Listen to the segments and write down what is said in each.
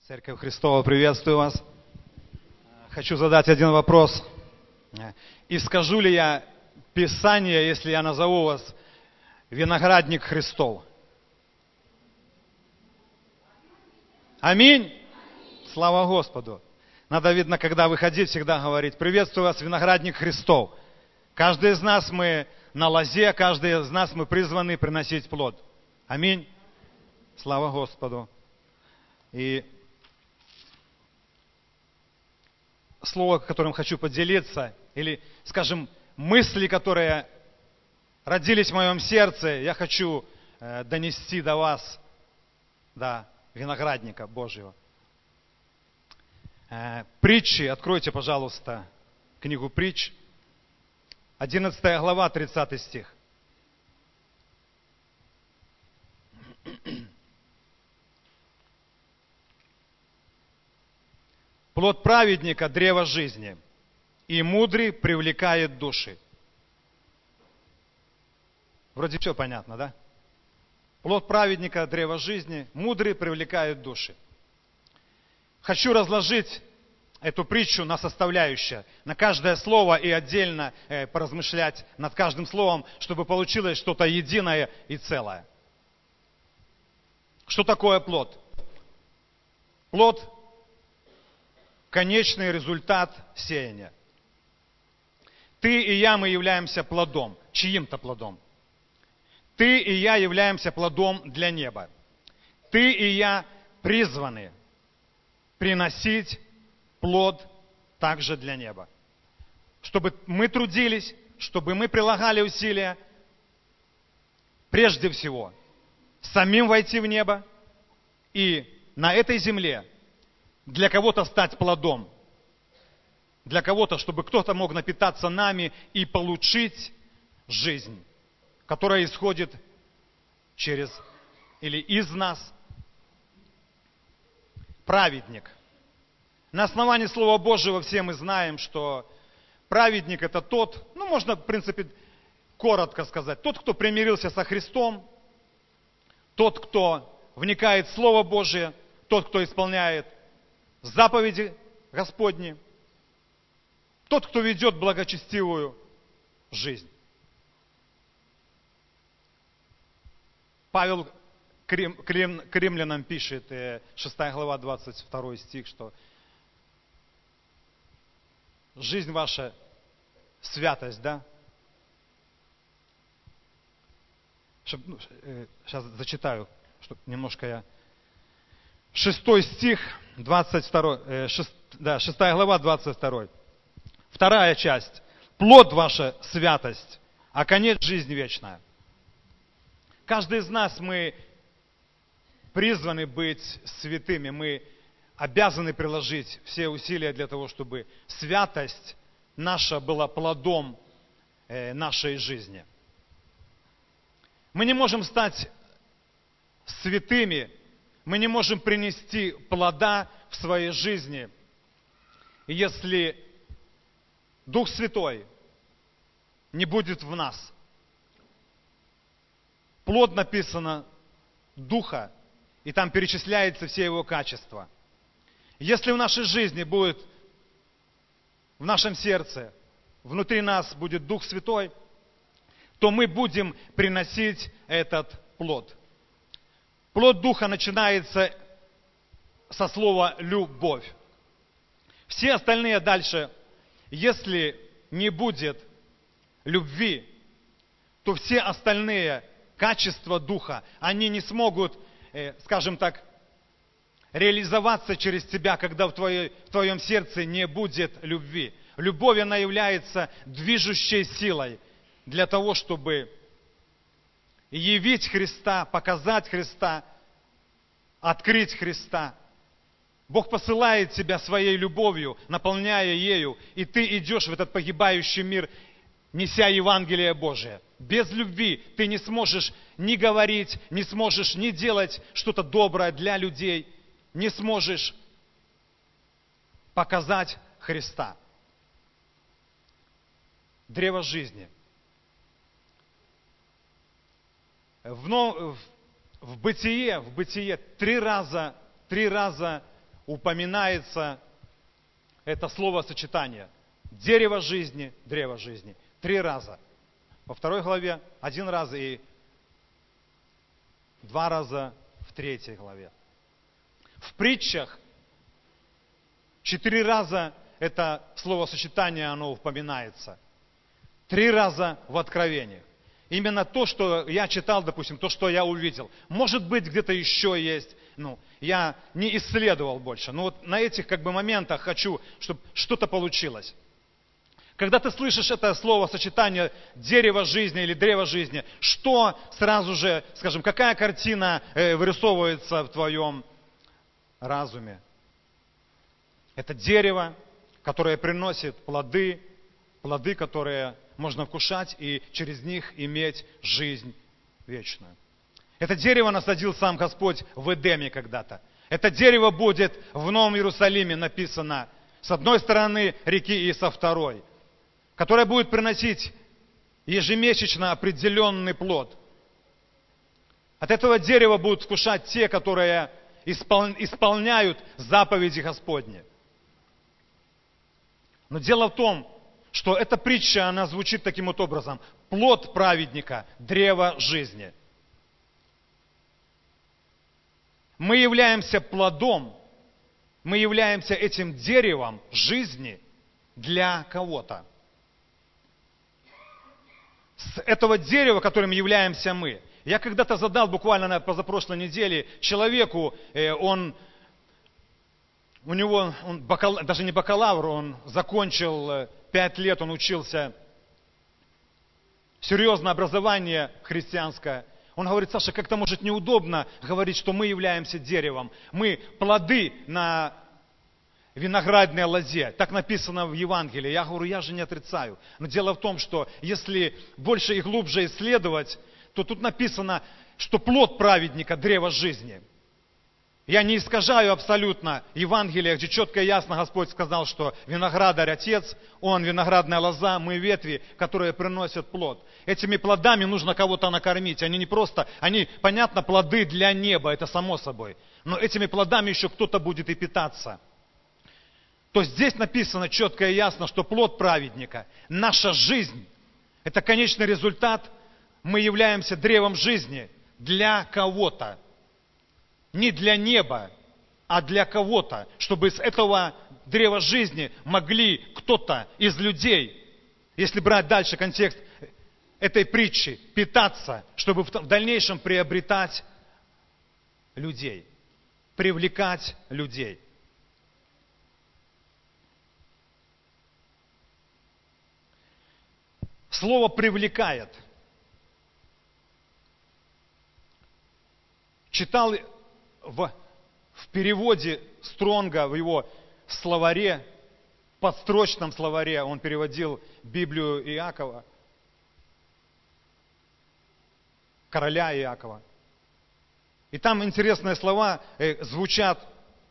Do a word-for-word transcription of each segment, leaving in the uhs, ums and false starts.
Церковь Христова, приветствую вас. Хочу задать один вопрос. И скажу ли я Писание, если я назову вас виноградник Христов? Аминь. Слава Господу. Надо, видно, когда выходить, всегда говорить: приветствую вас, виноградник Христов. Каждый из нас мы на лозе, каждый из нас мы призваны приносить плод. Аминь. Слава Господу. И слово, которым хочу поделиться, или, скажем, мысли, которые родились в моем сердце, я хочу э, донести до вас, до виноградника Божьего. Э, притчи, откройте, пожалуйста, книгу притч, одиннадцатая глава, тридцатый стих. Плод праведника – древо жизни, и мудрый привлекает души. Вроде все понятно, да? Плод праведника – древо жизни, мудрый привлекает души. Хочу разложить эту притчу на составляющие, на каждое слово и отдельно э, поразмышлять над каждым словом, чтобы получилось что-то единое и целое. Что такое плод? Плод – конечный результат сеяния. Ты и я, мы являемся плодом, чьим-то плодом. Ты и я являемся плодом для неба. Ты и я призваны приносить плод также для неба. Чтобы мы трудились, чтобы мы прилагали усилия, прежде всего, самим войти в небо и на этой земле для кого-то стать плодом, для кого-то, чтобы кто-то мог напитаться нами и получить жизнь, которая исходит через или из нас. Праведник. На основании Слова Божьего все мы знаем, что праведник – это тот, ну, можно, в принципе, коротко сказать, тот, кто примирился со Христом, тот, кто вникает в Слово Божие, тот, кто исполняет заповеди Господни, тот, кто ведет благочестивую жизнь. Павел к римлянам пишет, шестая глава, двадцать второй стих, что жизнь ваша святость, да? Сейчас зачитаю, чтобы немножко я... Шестой стих, двадцать второй, э, шест, да, шестая глава, двадцать второй. Вторая часть. Плод ваша святость, а конец жизнь вечная. Каждый из нас, мы призваны быть святыми. Мы обязаны приложить все усилия для того, чтобы святость наша была плодом э, нашей жизни. Мы не можем стать святыми, мы не можем принести плода в своей жизни, если Дух Святой не будет в нас. Плод написано Духа, и там перечисляются все его качества. Если в нашей жизни будет, в нашем сердце, внутри нас будет Дух Святой, то мы будем приносить этот плод. Плод Духа начинается со слова «любовь». Все остальные дальше, если не будет любви, то все остальные качества Духа, они не смогут, скажем так, реализоваться через тебя, когда в, твоей, в твоем сердце не будет любви. Любовь, она является движущей силой для того, чтобы явить Христа, показать Христа, открыть Христа. Бог посылает тебя своей любовью, наполняя ею, и ты идешь в этот погибающий мир, неся Евангелие Божие. Без любви ты не сможешь ни говорить, не сможешь ни делать что-то доброе для людей, не сможешь показать Христа. Древо жизни. В, в, в Бытие, в Бытие три раза, три раза упоминается это словосочетание дерево жизни, древо жизни. Три раза. Во второй главе один раз и два раза в третьей главе. В притчах четыре раза это словосочетание, оно упоминается. Три раза в Откровениях. Именно то, что я читал, допустим, то, что я увидел. Может быть, где-то еще есть. Ну, я не исследовал больше. Но вот на этих как бы моментах хочу, чтобы что-то получилось. Когда ты слышишь это словосочетание дерево жизни или древо жизни, что сразу же, скажем, какая картина вырисовывается в твоем разуме? Это дерево, которое приносит плоды, плоды, которые можно вкушать и через них иметь жизнь вечную. Это дерево насадил сам Господь в Эдеме когда-то. Это дерево будет в Новом Иерусалиме написано с одной стороны реки и со второй, которое будет приносить ежемесячно определенный плод. От этого дерева будут вкушать те, которые исполняют заповеди Господни. Но дело в том, что эта притча, она звучит таким вот образом. Плод праведника, древо жизни. Мы являемся плодом, мы являемся этим деревом жизни для кого-то. С этого дерева, которым являемся мы. Я когда-то задал буквально на позапрошлой неделе человеку, он... У него, он бакал, даже не бакалавр, он закончил пять лет, он учился, серьезное образование христианское. Он говорит: Саша, как-то может неудобно говорить, что мы являемся деревом. Мы плоды на виноградной лозе. Так написано в Евангелии. Я говорю, я же не отрицаю. Но дело в том, что если больше и глубже исследовать, то тут написано, что плод праведника – древо жизни. Я не искажаю абсолютно Евангелие, где четко и ясно Господь сказал, что виноградарь Отец, Он виноградная лоза, мы ветви, которые приносят плод. Этими плодами нужно кого-то накормить. Они не просто, они, понятно, плоды для неба, это само собой. Но этими плодами еще кто-то будет и питаться. То здесь написано четко и ясно, что плод праведника, наша жизнь, это конечный результат, мы являемся древом жизни для кого-то. Не для неба, а для кого-то, чтобы из этого древа жизни могли кто-то из людей, если брать дальше контекст этой притчи, питаться, чтобы в дальнейшем приобретать людей, привлекать людей. Слово «привлекает». Читал в, в переводе Стронга, в его словаре, подстрочном словаре, он переводил Библию Иакова, короля Иакова. И там интересные слова э, звучат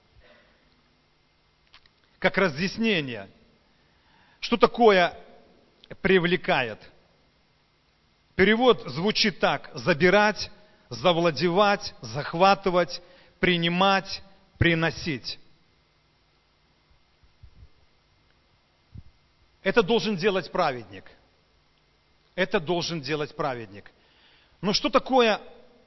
как разъяснение. Что такое привлекает? Перевод звучит так: забирать, завладевать, захватывать, принимать, приносить. Это должен делать праведник. Это должен делать праведник. Но что такое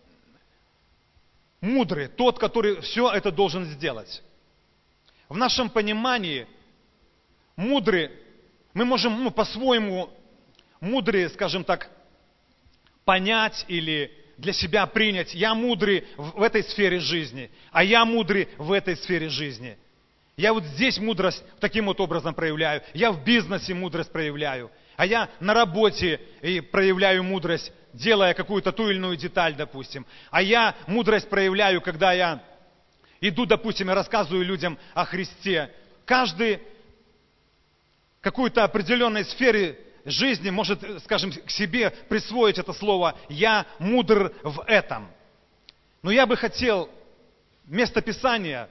мудрый? Тот, который все это должен сделать. В нашем понимании мудрый, мы можем ну, по-своему мудрый, скажем так, понять или для себя принять. Я мудрый в этой сфере жизни, а я мудрый в этой сфере жизни. Я вот здесь мудрость таким вот образом проявляю. Я в бизнесе мудрость проявляю. А я на работе и проявляю мудрость, делая какую-то ту или иную деталь, допустим. А я мудрость проявляю, когда я иду, допустим, и рассказываю людям о Христе. Каждый в какой-то определенной сфере жизни может, скажем, к себе присвоить это слово «я мудр в этом». Но я бы хотел место Писания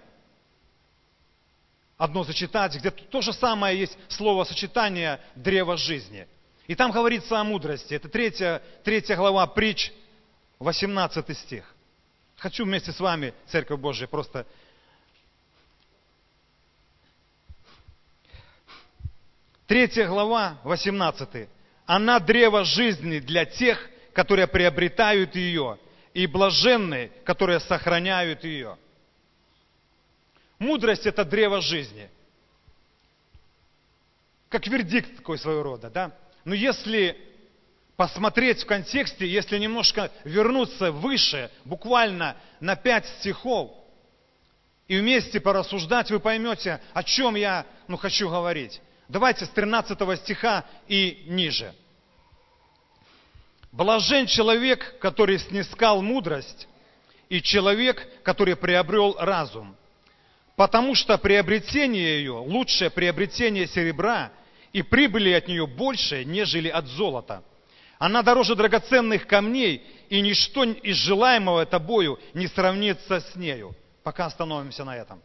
одно зачитать, где то же самое есть словосочетание «древо жизни». И там говорится о мудрости. Это третья, третья глава Притч, восемнадцатый стих. Хочу вместе с вами, Церковь Божия, просто Третья глава, восемнадцатый. Она древо жизни для тех, которые приобретают ее, и блаженны, которые сохраняют ее. Мудрость – это древо жизни. Как вердикт такой своего рода, да? Но если посмотреть в контексте, если немножко вернуться выше, буквально на пять стихов, и вместе порассуждать, вы поймете, о чем я ну, хочу говорить. Давайте с тринадцатого стиха и ниже. «Блажен человек, который снискал мудрость, и человек, который приобрел разум, потому что приобретение ее – лучшее приобретение серебра, и прибыли от нее больше, нежели от золота. Она дороже драгоценных камней, и ничто из желаемого тобою не сравнится с нею». Пока остановимся на этом.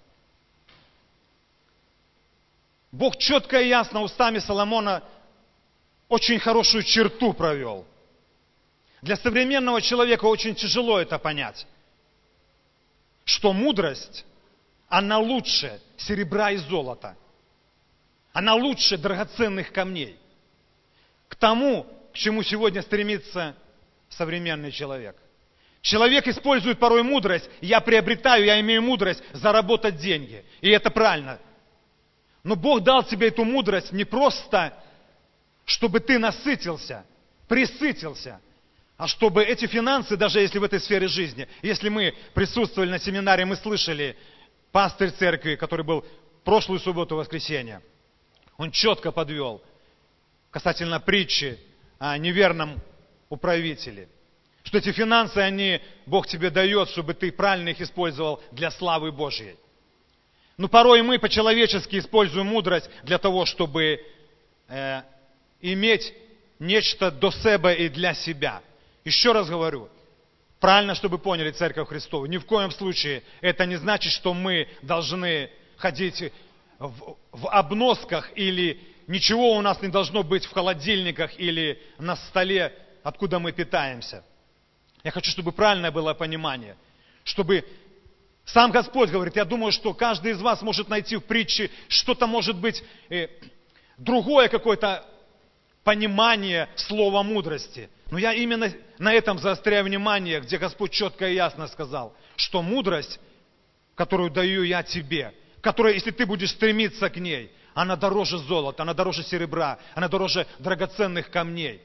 Бог четко и ясно устами Соломона очень хорошую черту провел. Для современного человека очень тяжело это понять, что мудрость, она лучше серебра и золота. Она лучше драгоценных камней. К тому, к чему сегодня стремится современный человек. Человек использует порой мудрость. Я приобретаю, я имею мудрость заработать деньги. И это правильно. Но Бог дал тебе эту мудрость не просто, чтобы ты насытился, присытился, а чтобы эти финансы, даже если в этой сфере жизни, если мы присутствовали на семинаре, мы слышали, пастырь церкви, который был в прошлую субботу-воскресенье, он четко подвел касательно притчи о неверном управителе. Что эти финансы, они, Бог тебе дает, чтобы ты правильно их использовал для славы Божьей. Но порой мы по-человечески используем мудрость для того, чтобы э, иметь нечто до себя и для себя. Еще раз говорю, правильно, чтобы поняли Церковь Христову, ни в коем случае это не значит, что мы должны ходить в, в обносках или ничего у нас не должно быть в холодильниках или на столе, откуда мы питаемся. Я хочу, чтобы правильное было понимание, чтобы сам Господь говорит, я думаю, что каждый из вас может найти в притче что-то, может быть, э, другое какое-то понимание слова мудрости. Но я именно на этом заостряю внимание, где Господь четко и ясно сказал, что мудрость, которую даю я тебе, которая, если ты будешь стремиться к ней, она дороже золота, она дороже серебра, она дороже драгоценных камней.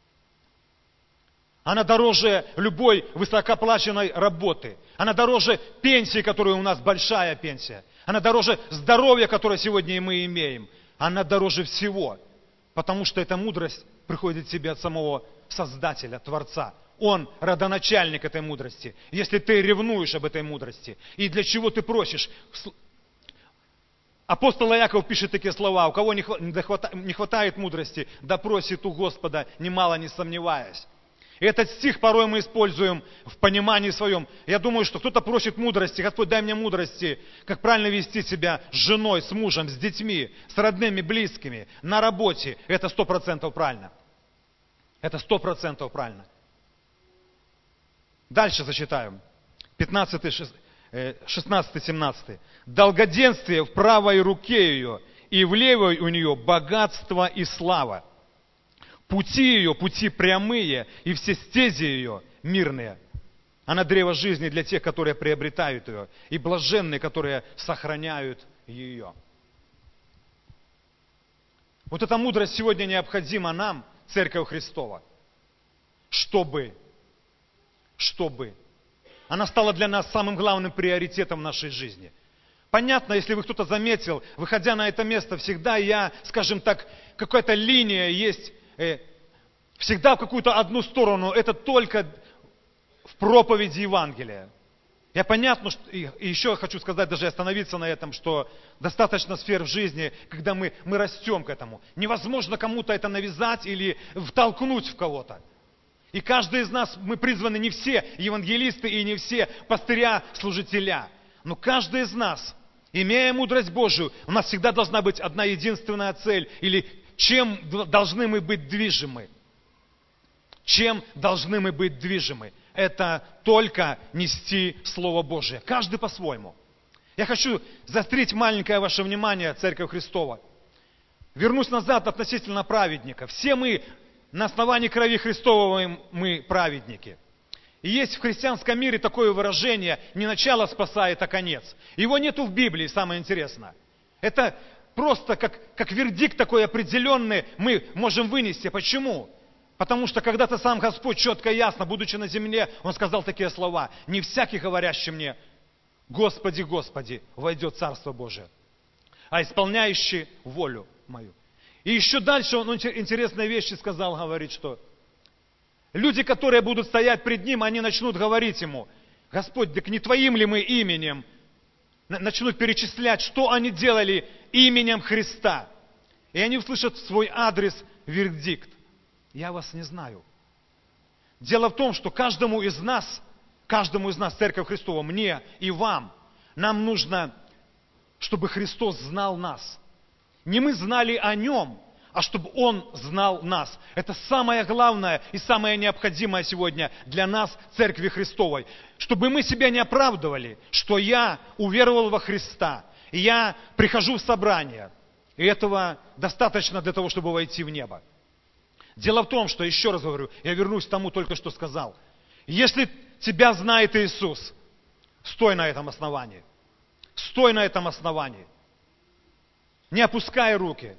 Она дороже любой высокооплаченной работы. Она дороже пенсии, которая у нас большая пенсия. Она дороже здоровья, которое сегодня мы имеем. Она дороже всего. Потому что эта мудрость приходит тебе от самого Создателя, Творца. Он родоначальник этой мудрости. Если ты ревнуешь об этой мудрости, и для чего ты просишь? Апостол Иаков пишет такие слова: у кого не хватает мудрости, да просит у Господа, немало не сомневаясь. И этот стих порой мы используем в понимании своем. Я думаю, что кто-то просит мудрости. Господь, дай мне мудрости, как правильно вести себя с женой, с мужем, с детьми, с родными, близкими, на работе. Это сто процентов правильно. Это сто процентов правильно. Дальше зачитаем. пятнадцатый, шестнадцатый, семнадцатый. Долгоденствие в правой руке ее, и в левой у нее богатство и слава. Пути ее, пути прямые, и все стези ее мирные. Она древо жизни для тех, которые приобретают ее, и блаженные, которые сохраняют ее. Вот эта мудрость сегодня необходима нам, Церковь Христова, чтобы, чтобы она стала для нас самым главным приоритетом в нашей жизни. Понятно, если вы кто-то заметил, выходя на это место, всегда я, скажем так, какая-то линия есть, всегда в какую-то одну сторону, это только в проповеди Евангелия. Я понятно, что, и еще хочу сказать, даже остановиться на этом, что достаточно сфер в жизни, когда мы, мы растем к этому. Невозможно кому-то это навязать или втолкнуть в кого-то. И каждый из нас, мы призваны не все евангелисты и не все пастыря, служителя. Но каждый из нас, имея мудрость Божию, у нас всегда должна быть одна единственная цель, или чем должны мы быть движимы? Чем должны мы быть движимы? Это только нести Слово Божие. Каждый по-своему. Я хочу заострить маленькое ваше внимание, Церковь Христова. вернусь назад относительно праведника. Все мы на основании крови Христовой мы праведники. И есть в христианском мире такое выражение: не начало спасает, а конец. Его нету в Библии, самое интересное. Это просто как, как вердикт такой определенный мы можем вынести. Почему? Потому что когда-то сам Господь четко и ясно, будучи на земле, Он сказал такие слова: не всякий, говорящий мне Господи, Господи, войдет в Царство Божие, а исполняющий волю мою. И еще дальше он интересные вещи сказал, говорит, что люди, которые будут стоять пред Ним, они начнут говорить Ему: Господь, так не Твоим ли мы именем? Начнут перечислять, что они делали именем Христа. И они услышат в свой адрес вердикт: я вас не знаю. Дело в том, что каждому из нас, каждому из нас, Церковь Христова, мне и вам, нам нужно, чтобы Христос знал нас. Не мы знали о Нем, а чтобы Он знал нас. Это самое главное и самое необходимое сегодня для нас, Церкви Христовой. Чтобы мы себя не оправдывали, что я уверовал во Христа, и я прихожу в собрание. И этого достаточно для того, чтобы войти в небо. Дело в том, что, еще раз говорю, я вернусь к тому, только что сказал. Если тебя знает Иисус, стой на этом основании. Стой на этом основании. Не опускай руки.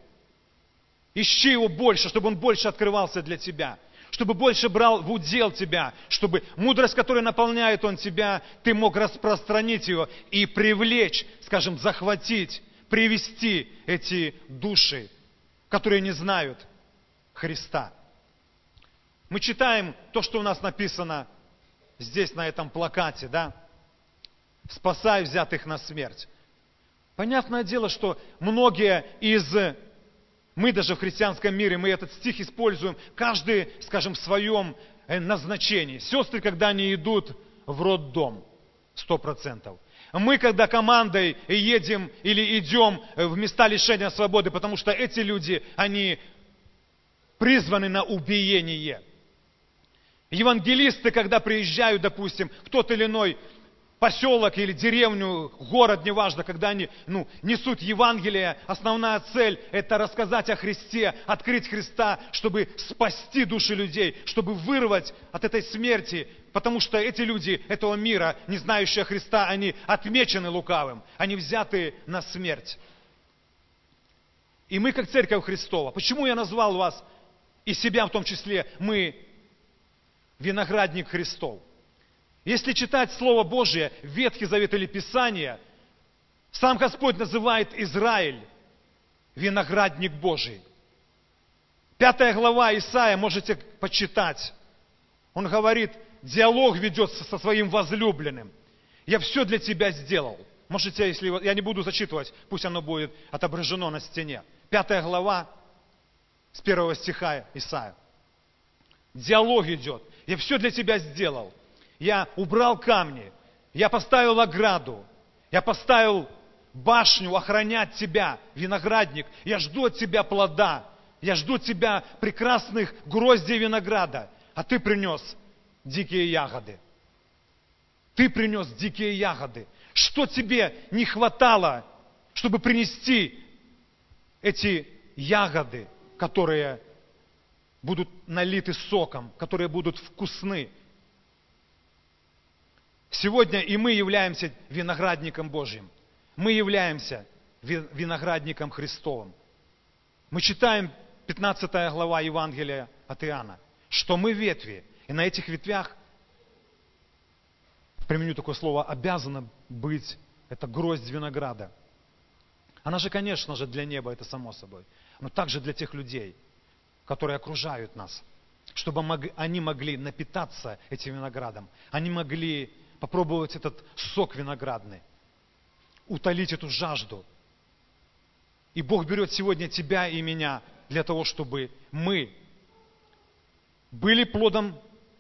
Ищи Его больше, чтобы Он больше открывался для тебя. Чтобы больше брал в удел тебя. Чтобы мудрость, которой наполняет Он тебя, ты мог распространить ее и привлечь, скажем, захватить, привести эти души, которые не знают Христа. Мы читаем то, что у нас написано здесь, на этом плакате, да? «Спасай взятых на смерть». Понятное дело, что многие из... Мы даже в христианском мире, мы этот стих используем, каждый, скажем, в своем назначении. Сестры, когда они идут в роддом, сто процентов. Мы, когда командой едем или идем в места лишения свободы, потому что эти люди, они призваны на убиение. Евангелисты, когда приезжают, допустим, в тот или иной поселок или деревню, город, неважно, когда они ну, несут Евангелие, основная цель – это рассказать о Христе, открыть Христа, чтобы спасти души людей, чтобы вырвать от этой смерти, потому что эти люди этого мира, не знающие Христа, они отмечены лукавым, они взяты на смерть. И мы, как Церковь Христова, почему я назвал вас и себя в том числе, мы виноградник Христов? Если читать Слово Божие, Ветхий Завет или Писание, сам Господь называет Израиль виноградник Божий. Пятая глава Исаия, можете почитать. Он говорит, диалог ведет со своим возлюбленным. Я все для тебя сделал. Можете, если я не буду зачитывать, пусть оно будет отображено на стене. Пятая глава с первого стиха Исаия. Диалог идет. Я все для тебя сделал. Я убрал камни, я поставил ограду, я поставил башню охранять тебя, виноградник. Я жду от тебя плода, я жду от тебя прекрасных гроздей винограда, а ты принес дикие ягоды. Ты принес дикие ягоды. Что тебе не хватало, чтобы принести эти ягоды, которые будут налиты соком, которые будут вкусны? Сегодня и мы являемся виноградником Божьим. Мы являемся виноградником Христовым. Мы читаем пятнадцатая глава Евангелия от Иоанна, что мы ветви, и на этих ветвях, применю такое слово, обязано быть, это гроздь винограда. Она же, конечно же, для неба, это само собой, но также для тех людей, которые окружают нас, чтобы они могли напитаться этим виноградом, они могли попробовать этот сок виноградный, утолить эту жажду. И Бог берет сегодня тебя и меня для того, чтобы мы были плодом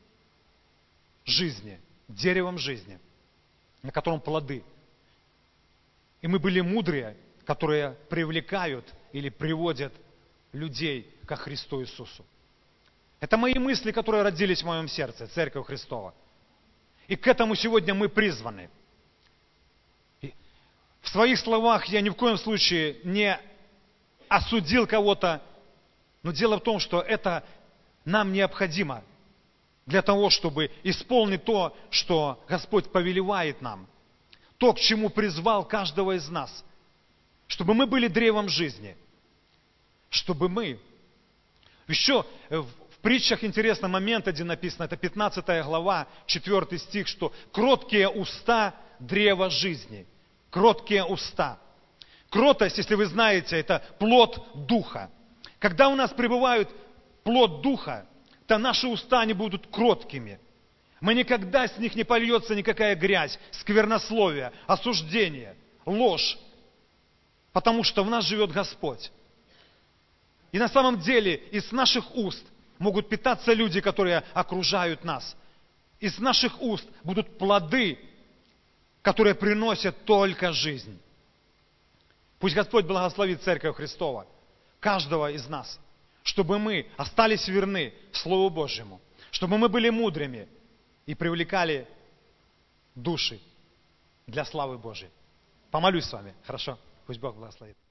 жизни, деревом жизни, на котором плоды. И мы были мудрые, которые привлекают или приводят людей ко Христу Иисусу. Это мои мысли, которые родились в моем сердце, Церковь Христова. И к этому сегодня мы призваны. И в своих словах я ни в коем случае не осудил кого-то. Но дело в том, что это нам необходимо для того, чтобы исполнить то, что Господь повелевает нам. То, к чему призвал каждого из нас. Чтобы мы были древом жизни. Чтобы мы... Еще в притчах интересный момент один написан. Это пятнадцатая глава, четвёртый стих, что кроткие уста – древо жизни. Кроткие уста. Кротость, если вы знаете, это плод Духа. Когда у нас пребывает плод Духа, то наши уста не будут кроткими. Мы никогда с них не польется никакая грязь, сквернословие, осуждение, ложь. Потому что в нас живет Господь. И на самом деле из наших уст могут питаться люди, которые окружают нас. Из наших уст будут плоды, которые приносят только жизнь. Пусть Господь благословит Церковь Христова, каждого из нас, чтобы мы остались верны Слову Божьему, чтобы мы были мудрыми и привлекали души для славы Божьей. Помолюсь с вами, хорошо? Пусть Бог благословит.